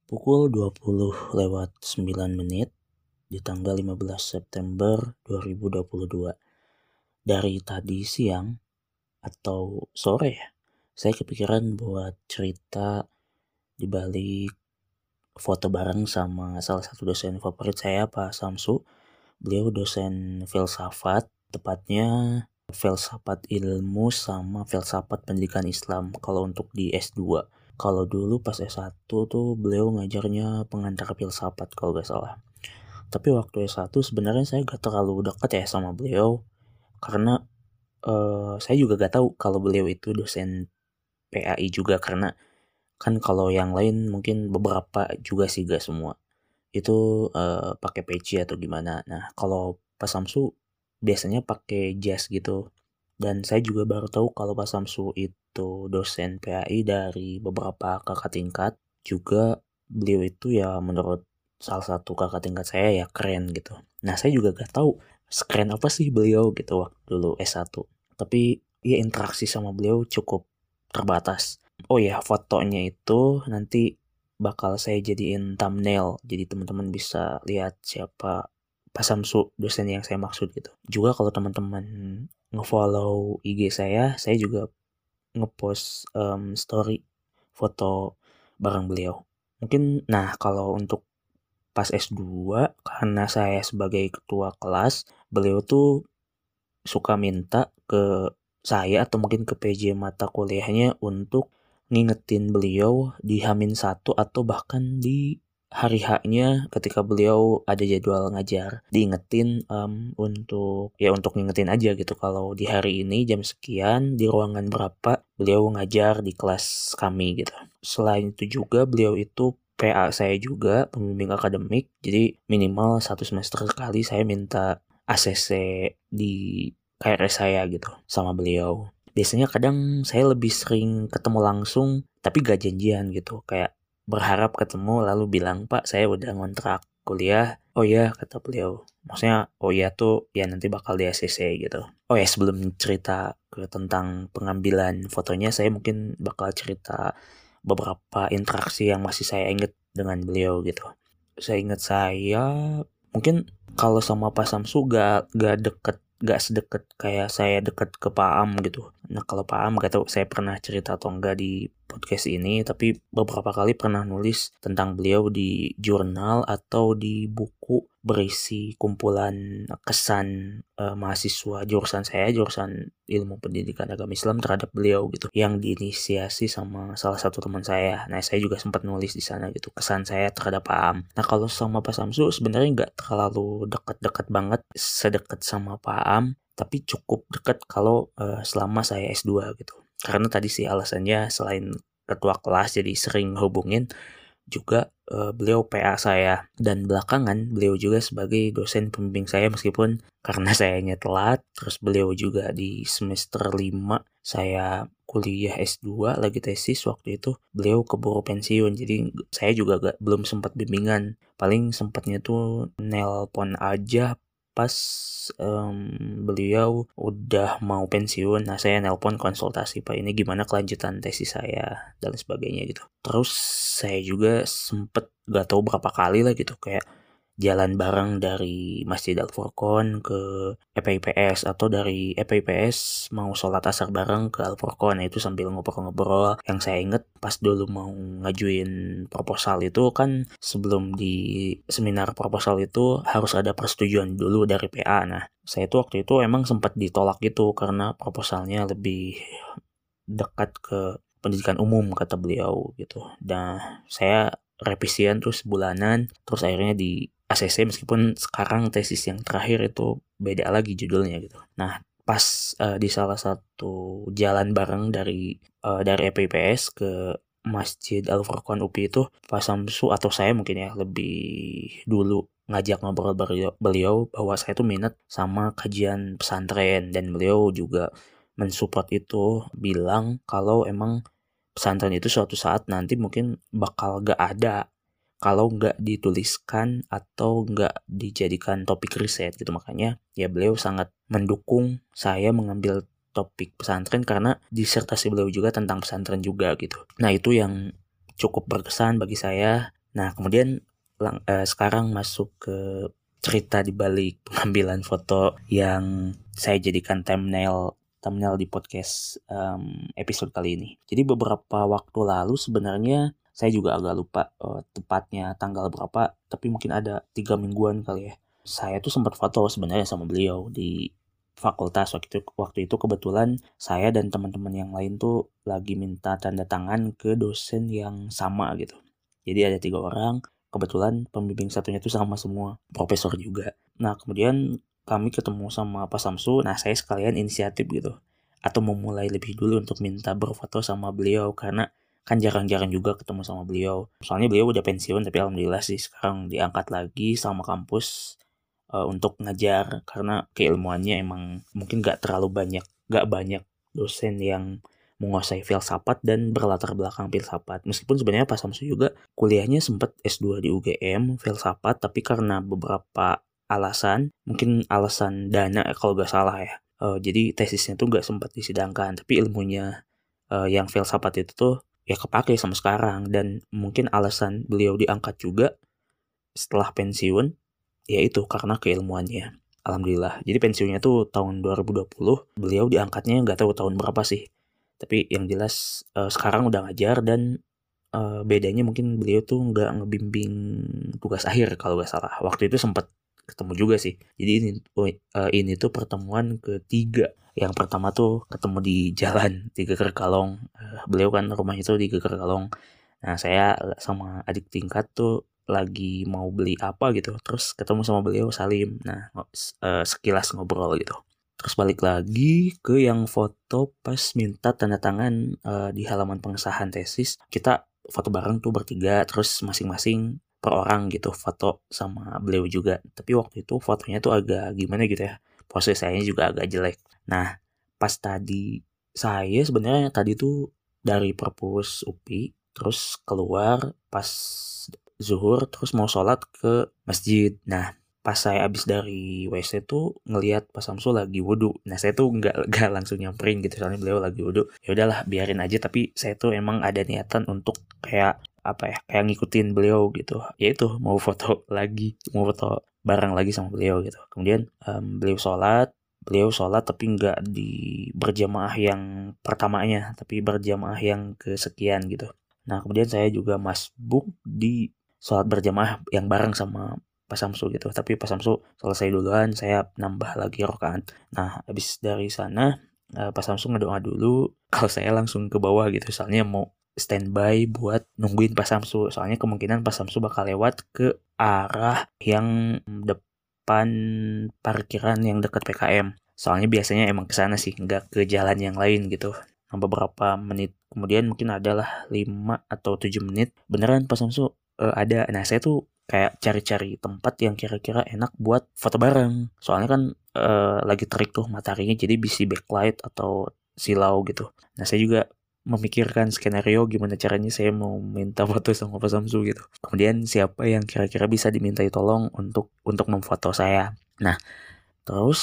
Pukul 20:09 di tanggal 15 September 2022. Dari tadi siang atau sore ya, saya kepikiran buat cerita di balik foto bareng sama salah satu dosen favorit saya, Pak Samsu. Beliau dosen filsafat, tepatnya filsafat ilmu sama filsafat pendidikan Islam kalau untuk di S2. Kalau dulu pas S1 tuh beliau ngajarnya pengantar filsafat kalau gak salah. Tapi waktu S1 sebenarnya saya gak terlalu dekat ya sama beliau, karena saya juga gak tahu kalau beliau itu dosen PAI juga, karena kan kalau yang lain mungkin beberapa juga sih, gak semua itu pakai peci atau gimana. Nah kalau Pak Samsu biasanya pakai jas gitu, dan saya juga baru tahu kalau Pak Samsu itu dosen PAI dari beberapa kakak tingkat. Juga beliau itu ya menurut salah satu kakak tingkat saya ya keren gitu. Nah saya juga gak tahu sekeren apa sih beliau gitu waktu dulu S1. Tapi ya interaksi sama beliau cukup terbatas. Oh ya, fotonya itu nanti bakal saya jadiin thumbnail, jadi teman-teman bisa lihat siapa Pak Samsu dosen yang saya maksud gitu. Juga kalau teman-teman ngefollow IG saya juga ngepost story foto bareng beliau. Mungkin kalau untuk pas S2, karena saya sebagai ketua kelas, beliau tuh suka minta ke saya atau mungkin ke PJ mata kuliahnya untuk ngingetin beliau di H-1 atau bahkan di hari H-nya ketika beliau ada jadwal ngajar. Diingetin untuk ngingetin aja gitu kalau di hari ini jam sekian di ruangan berapa beliau ngajar di kelas kami gitu. Selain itu juga beliau itu PA saya juga, pembimbing akademik. Jadi minimal 1 semester sekali saya minta ACC di KRS saya gitu sama beliau. Biasanya kadang saya lebih sering ketemu langsung tapi gak janjian gitu, kayak berharap ketemu lalu bilang, "Pak, saya udah ngontrak kuliah." "Oh ya," kata beliau. Maksudnya oh ya tuh ya nanti bakal di ACC gitu. Oh ya, sebelum cerita ke tentang pengambilan fotonya, saya mungkin bakal cerita beberapa interaksi yang masih saya ingat dengan beliau gitu. Saya ingat saya mungkin kalau sama Pak Samsu gak sedekat kayak saya deket ke Pak Am gitu. Nah kalau Pak Am gak tahu saya pernah cerita atau enggak di podcast ini, tapi beberapa kali pernah nulis tentang beliau di jurnal atau di buku berisi kumpulan kesan mahasiswa jurusan saya, jurusan ilmu pendidikan agama Islam, terhadap beliau gitu, yang diinisiasi sama salah satu teman saya. Nah saya juga sempat nulis di sana gitu kesan saya terhadap Pak Am. Nah kalau sama Pak Samsu sebenarnya nggak terlalu dekat-dekat banget, sedekat sama Pak Am, tapi cukup dekat kalau selama saya S2 gitu. Karena tadi sih alasannya, selain ketua kelas jadi sering hubungin, juga beliau PA saya, dan belakangan beliau juga sebagai dosen pembimbing saya, meskipun karena sayanya telat. Terus beliau juga di semester 5 saya kuliah S2 lagi tesis, waktu itu beliau keburu pensiun, jadi saya juga belum sempat bimbingan. Paling sempatnya tuh nelpon aja pas beliau udah mau pensiun. Nah saya nelpon konsultasi, "Pak, ini gimana kelanjutan tesis saya," dan sebagainya gitu. Terus saya juga sempet gak tahu berapa kali lah gitu kayak jalan bareng dari Masjid Al-Furqon ke EPIPS, atau dari EPIPS mau sholat asar bareng ke Al-Furqon. Nah itu sambil ngobrol-ngobrol. Yang saya inget pas dulu mau ngajuin proposal itu kan, sebelum di seminar proposal itu harus ada persetujuan dulu dari PA. Nah saya tuh waktu itu emang sempat ditolak gitu karena proposalnya lebih dekat ke pendidikan umum kata beliau gitu. Nah saya revisian terus bulanan, terus akhirnya di ACC, meskipun sekarang tesis yang terakhir itu beda lagi judulnya gitu. Nah pas di salah satu jalan bareng dari EPIPS ke Masjid Al-Furqon UPI itu, Pak Samsu atau saya mungkin ya lebih dulu ngajak ngobrol beliau bahwa saya tuh minat sama kajian pesantren, dan beliau juga mensupport itu, bilang kalau emang pesantren itu suatu saat nanti mungkin bakal gak ada kalau gak dituliskan atau gak dijadikan topik riset gitu. Makanya ya beliau sangat mendukung saya mengambil topik pesantren, karena disertasi beliau juga tentang pesantren juga gitu. Nah itu yang cukup berkesan bagi saya. Nah, kemudian sekarang masuk ke cerita di balik pengambilan foto yang saya jadikan thumbnail di podcast episode kali ini. Jadi beberapa waktu lalu sebenarnya saya juga agak lupa tepatnya tanggal berapa, tapi mungkin ada 3 mingguan kali ya. Saya tuh sempat foto sebenarnya sama beliau di fakultas. Waktu itu kebetulan saya dan teman-teman yang lain tuh lagi minta tanda tangan ke dosen yang sama gitu. Jadi ada 3 orang, kebetulan pembimbing satunya tuh sama semua, profesor juga. Nah, kemudian kami ketemu sama Pak Samsu, nah saya sekalian inisiatif gitu. Atau memulai lebih dulu untuk minta berfoto sama beliau, karena kan jarang-jarang juga ketemu sama beliau. Soalnya beliau udah pensiun, tapi alhamdulillah sih sekarang diangkat lagi sama kampus untuk ngajar, karena keilmuannya emang mungkin gak banyak dosen yang menguasai filsafat dan berlatar belakang filsafat. Meskipun sebenarnya Pak Samsu juga kuliahnya sempat S2 di UGM filsafat, tapi karena beberapa alasan, mungkin alasan dana kalau gak salah ya. Jadi tesisnya tuh gak sempat disidangkan, tapi ilmunya yang filsafat itu tuh ya kepake sama sekarang, dan mungkin alasan beliau diangkat juga setelah pensiun yaitu karena keilmuannya. Alhamdulillah. Jadi pensiunnya tuh tahun 2020, beliau diangkatnya nggak tahu tahun berapa sih. Tapi yang jelas sekarang udah ngajar, dan bedanya mungkin beliau tuh nggak ngebimbing tugas akhir kalau nggak salah. Waktu itu sempat ketemu juga sih. Jadi ini tuh pertemuan ketiga. Yang pertama tuh ketemu di jalan di Geger Kalong. Beliau kan rumahnya tuh di Geger Kalong. Nah, saya sama adik tingkat tuh lagi mau beli apa gitu. Terus ketemu sama beliau, salim. Nah, sekilas ngobrol gitu. Terus balik lagi ke yang foto pas minta tanda tangan di halaman pengesahan tesis. Kita foto bareng tuh bertiga, terus masing-masing per orang gitu foto sama beliau juga. Tapi waktu itu fotonya tuh agak gimana gitu ya. Pose saya juga agak jelek. Nah, pas tadi saya sebenarnya tadi tuh dari perpus UPI, terus keluar pas zuhur, terus mau sholat ke masjid. Nah, pas saya abis dari WC tuh ngelihat Pak Samsul lagi wudhu. Nah, saya tuh nggak langsung nyamperin gitu, soalnya beliau lagi wudhu. Ya udahlah, biarin aja. Tapi saya tuh emang ada niatan untuk kayak apa ya, kayak ngikutin beliau gitu. Yaitu mau foto mau foto bareng lagi sama beliau gitu. Kemudian beliau sholat tapi nggak di berjamaah yang pertamanya, tapi berjamaah yang kesekian gitu. Nah, kemudian saya juga masbuk di sholat berjamaah yang bareng sama Pak Samsu gitu. Tapi Pak Samsu selesai duluan, saya nambah lagi rakaat. Nah, habis dari sana Pak Samsu ngedoa dulu. Kalau saya langsung ke bawah gitu, soalnya mau standby buat nungguin Pak Samsu. Soalnya kemungkinan Pak Samsu bakal lewat ke arah yang depan parkiran yang dekat PKM. Soalnya biasanya emang kesana sih, nggak ke jalan yang lain gitu. Nah, beberapa menit kemudian, mungkin adalah 5 atau 7 menit, beneran Pak Samsu ada. Nah, saya tuh kayak cari-cari tempat yang kira-kira enak buat foto bareng. Soalnya kan lagi terik tuh mataharinya, jadi bisa backlight atau silau gitu. Nah, saya juga memikirkan skenario gimana caranya saya mau minta foto sama Pak Samsu gitu. Kemudian siapa yang kira-kira bisa dimintai tolong untuk memfoto saya. Nah, terus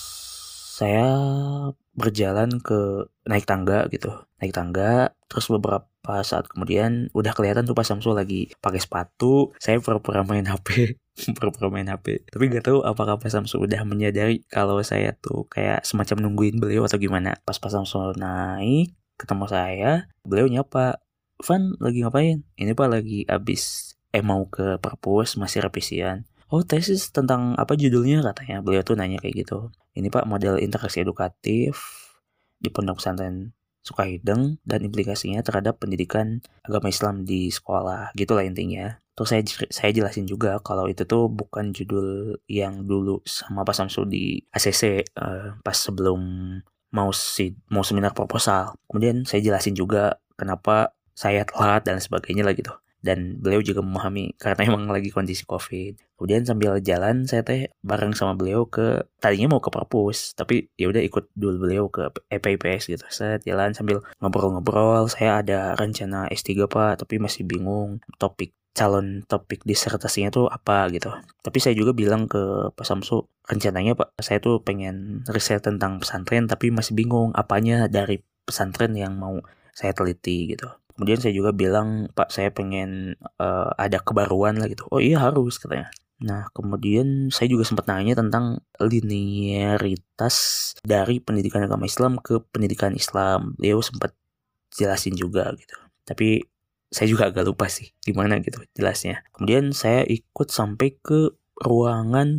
saya berjalan ke naik tangga gitu. Naik tangga, terus beberapa saat kemudian udah kelihatan tuh Pak Samsul lagi pakai sepatu. Saya pura-pura main HP. Pura-pura main HP. Tapi gak tahu apakah Pak Samsul udah menyadari kalau saya tuh kayak semacam nungguin beliau atau gimana. Pas Pak Samsul naik, ketemu saya, beliau nyapa, "Van, lagi ngapain?" "Ini Pak, lagi abis mau ke perpus, masih revisian." "Oh, tesis tentang apa judulnya?" katanya. Beliau tuh nanya kayak gitu. "Ini Pak, model interaksi edukatif di Pondok Pesantren Sukahideng dan implikasinya terhadap pendidikan agama Islam di sekolah." Gitulah intinya. Terus saya jelasin juga kalau itu tuh bukan judul yang dulu sama Pak Samsu di ACC pas sebelum mau seminar proposal. Kemudian saya jelasin juga kenapa saya telat dan sebagainya lah gitu. Dan beliau juga memahami karena emang lagi kondisi COVID. Kemudian sambil jalan saya bareng sama beliau tadinya mau ke perpus, tapi ya udah ikut dulu beliau ke EPIPS gitu. Saya jalan sambil ngobrol-ngobrol. Saya ada rencana S3 Pak, tapi masih bingung calon topik disertasinya tuh apa gitu. Tapi saya juga bilang ke Pak Samsu, rencananya Pak, saya tuh pengen riset tentang pesantren, tapi masih bingung apanya dari pesantren yang mau saya teliti gitu. Kemudian saya juga bilang, Pak saya pengen ada kebaruan lah gitu. Oh iya harus katanya. Nah kemudian saya juga sempat nanya tentang linearitas dari pendidikan agama Islam ke pendidikan Islam. Beliau sempat jelasin juga gitu. Tapi saya juga agak lupa sih gimana gitu jelasnya. Kemudian saya ikut sampai ke ruangan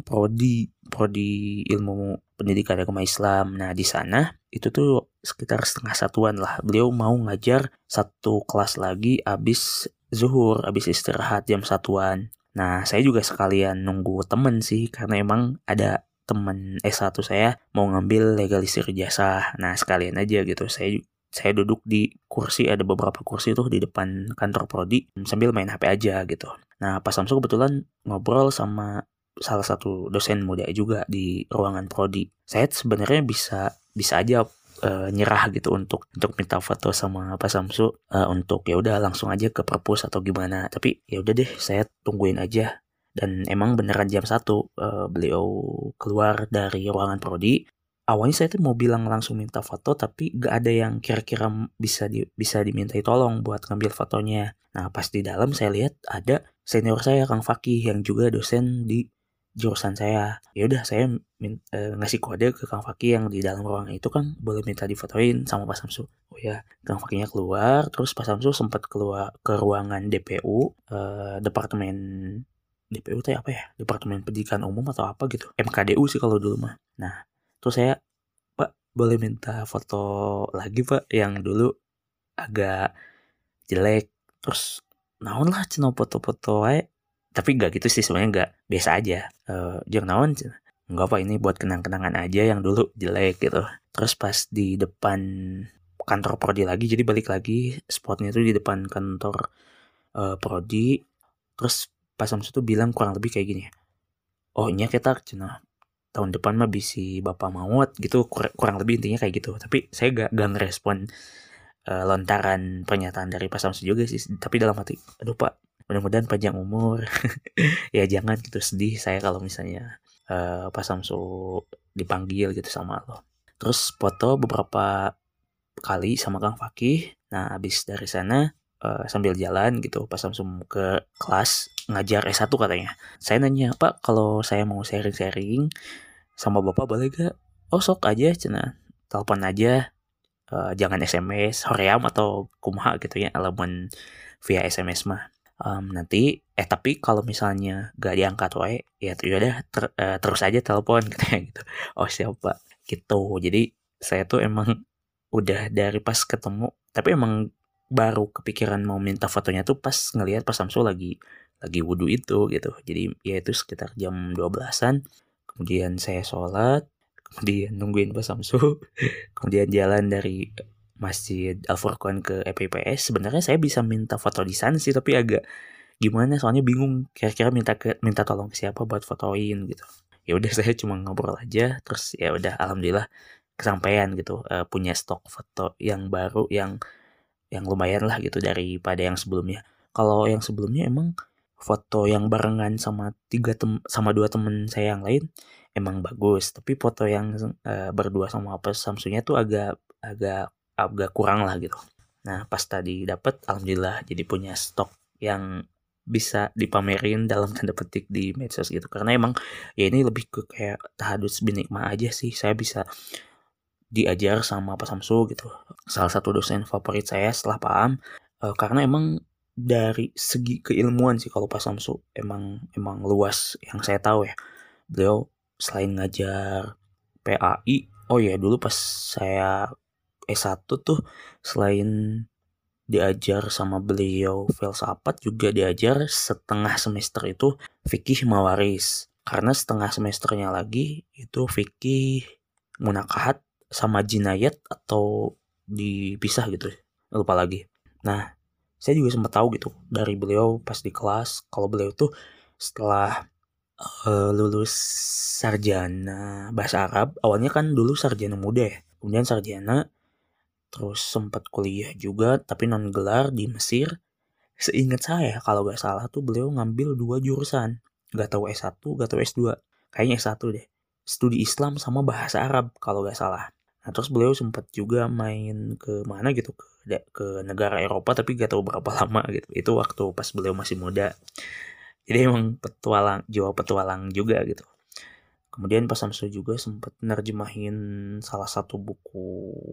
prodi ilmu pendidikan agama Islam. Nah di sana itu tuh sekitar setengah satuan lah. Beliau mau ngajar satu kelas lagi abis zuhur, abis istirahat jam satuan. Nah saya juga sekalian nunggu temen sih karena emang ada temen S1 saya mau ngambil legalisir ijazah. Nah sekalian aja gitu saya duduk di kursi, ada beberapa kursi tuh di depan kantor prodi sambil main HP aja gitu. Nah pas Samsu kebetulan ngobrol sama salah satu dosen muda juga di ruangan prodi. Saya sebenarnya bisa aja nyerah gitu untuk minta foto sama Pak Samsu untuk ya udah langsung aja ke perpus atau gimana. Tapi ya udah deh saya tungguin aja. Dan emang beneran jam 1 beliau keluar dari ruangan prodi. Awalnya saya tuh mau bilang langsung minta foto tapi gak ada yang kira-kira bisa dimintai tolong buat ngambil fotonya. Nah pas di dalam saya lihat ada senior saya Kang Fakih yang juga dosen di jurusan saya. Ya udah saya ngasih kode ke Kang Fakih yang di dalam ruangan itu, Kang boleh minta difotoin sama Pak Samsu. Oh ya, Kang Fakihnya keluar, terus Pak Samsu sempat keluar ke ruangan DPU, departemen DPU itu apa ya? Departemen Pendidikan Umum atau apa gitu. MKDU sih kalau dulu mah. Nah, terus saya, Pak boleh minta foto lagi Pak yang dulu agak jelek. Terus naon lah cina foto-foto wae. Tapi gak gitu sih sebenarnya, gak biasa aja. Jeung naon cina. Enggak Pak, ini buat kenang-kenangan aja yang dulu jelek gitu. Terus pas di depan kantor prodi lagi, jadi balik lagi spotnya tuh di depan kantor prodi. Terus Pak Samsu tuh bilang kurang lebih kayak gini. Oh iya kita cina tahun depan mah bisi bapak maut gitu, kurang lebih intinya kayak gitu. Tapi saya gak ngerespon lontaran pernyataan dari Pak Samsu juga sih. Tapi dalam hati, aduh Pak, mudah-mudahan panjang umur. Ya jangan gitu, sedih saya kalau misalnya Pak Samsu dipanggil gitu sama Allah. Terus foto beberapa kali sama Kang Fakih. Nah abis dari sana sambil jalan gitu pas langsung ke kelas ngajar S1 katanya. Saya nanya, Pak kalau saya mau sharing-sharing sama Bapak boleh gak? Oh sok aja cina, telepon aja, jangan SMS, hoream atau kumaha gitu ya, alamun via SMS mah. Nanti tapi kalau misalnya gak diangkat wae ya udah terus aja telepon katanya gitu. Oh siapa gitu. Jadi saya tuh emang udah dari pas ketemu, tapi emang baru kepikiran mau minta fotonya tuh pas ngelihat Pak Samsu lagi wudhu itu gitu. Jadi ya itu sekitar jam 12-an. Kemudian saya sholat, kemudian nungguin Pak Samsu, kemudian jalan dari Masjid Al-Furqan ke EPPS. Sebenarnya saya bisa minta foto di sana sih, tapi agak gimana soalnya bingung kira-kira minta tolong ke siapa buat fotoin gitu. Ya udah saya cuma ngobrol aja, terus ya udah alhamdulillah kesampaian gitu, punya stok foto yang baru yang lumayan lah gitu daripada yang sebelumnya. Kalau yang sebelumnya emang foto yang barengan sama sama 2 temen saya yang lain emang bagus, tapi foto yang berdua sama Pak Samsunya tuh agak kurang lah gitu. Nah pas tadi dapet alhamdulillah jadi punya stok yang bisa dipamerin dalam tanda petik di medsos gitu, karena emang ya ini lebih ke kayak tahadus binikmah aja sih. Saya bisa diajar sama Pak Samsu gitu, salah satu dosen favorit saya setelah Pak Am, karena emang dari segi keilmuan sih kalau Pak Samsu emang luas yang saya tahu ya. Beliau selain ngajar PAI, oh ya dulu pas saya S1 tuh selain diajar sama beliau filsafat juga diajar setengah semester itu fikih mawaris, karena setengah semesternya lagi itu fikih munakahat sama jinayat atau dipisah gitu, lupa lagi. Nah saya juga sempat tahu gitu dari beliau pas di kelas kalau beliau tuh setelah lulus sarjana bahasa Arab, awalnya kan dulu sarjana muda ya, kemudian sarjana, terus sempat kuliah juga tapi non gelar di Mesir. Seingat saya kalau gak salah tuh beliau ngambil 2 jurusan, gak tahu S1 gak tahu S2, kayaknya S1 deh, studi Islam sama bahasa Arab kalau gak salah. Nah terus beliau sempat juga main ke mana gitu, ke ke negara Eropa, tapi gak tahu berapa lama gitu. Itu waktu pas beliau masih muda. Jadi emang jiwa petualang juga gitu. Kemudian Pak Samsu juga sempat nerjemahin salah satu buku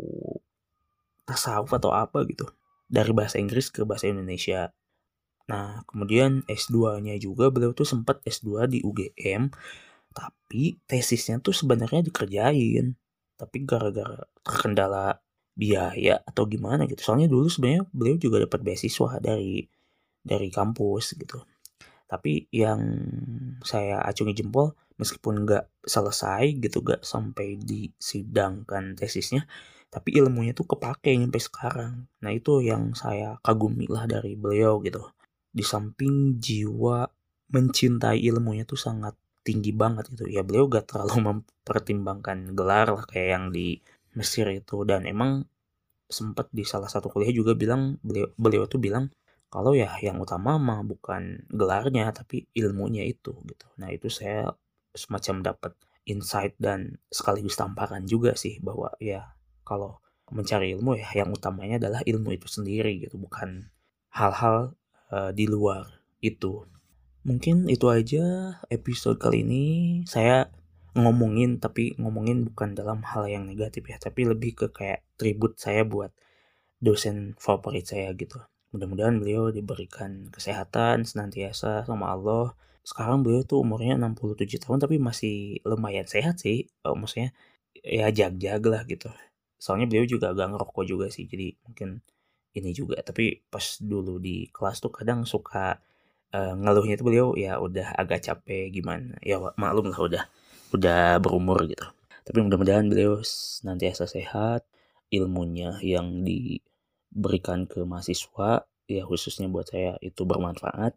tasawuf atau apa gitu dari bahasa Inggris ke bahasa Indonesia. Nah, kemudian S2-nya juga beliau tuh sempat S2 di UGM, tapi tesisnya tuh sebenarnya dikerjain. Tapi gara-gara terkendala biaya atau gimana gitu. Soalnya dulu sebenarnya beliau juga dapat beasiswa dari kampus gitu. Tapi yang saya acungi jempol, meskipun nggak selesai gitu, nggak sampai disidangkan tesisnya, tapi ilmunya tuh kepake sampai sekarang. Nah itu yang saya kagumi lah dari beliau gitu. Di samping jiwa mencintai ilmunya tuh sangat tinggi banget gitu. Ya beliau gak terlalu mempertimbangkan gelar lah kayak yang di Mesir itu. Dan emang sempat di salah satu kuliah juga bilang, beliau tuh bilang kalau ya yang utama mah bukan gelarnya tapi ilmunya itu gitu. Nah itu saya semacam dapat insight dan sekaligus tamparan juga sih bahwa ya kalau mencari ilmu ya yang utamanya adalah ilmu itu sendiri gitu, bukan hal-hal di luar itu. Mungkin itu aja episode kali ini. Saya ngomongin bukan dalam hal yang negatif ya, tapi lebih ke kayak tribute saya buat dosen favorit saya gitu. Mudah-mudahan beliau diberikan kesehatan senantiasa sama Allah. Sekarang beliau tuh umurnya 67 tahun tapi masih lumayan sehat sih. Maksudnya ya jag-jag lah gitu. Soalnya beliau juga agak ngerokok juga sih. Jadi mungkin ini juga. Tapi pas dulu di kelas tuh kadang suka ngeluhnya tuh beliau ya udah agak capek gimana. Ya maklum lah udah berumur gitu. Tapi mudah-mudahan beliau nantiasa sehat, ilmunya yang diberikan ke mahasiswa ya khususnya buat saya itu bermanfaat,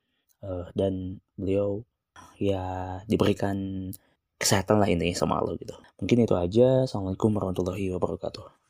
dan beliau ya diberikan kesehatan lah intinya sama Allah gitu. Mungkin itu aja. Assalamualaikum warahmatullahi wabarakatuh.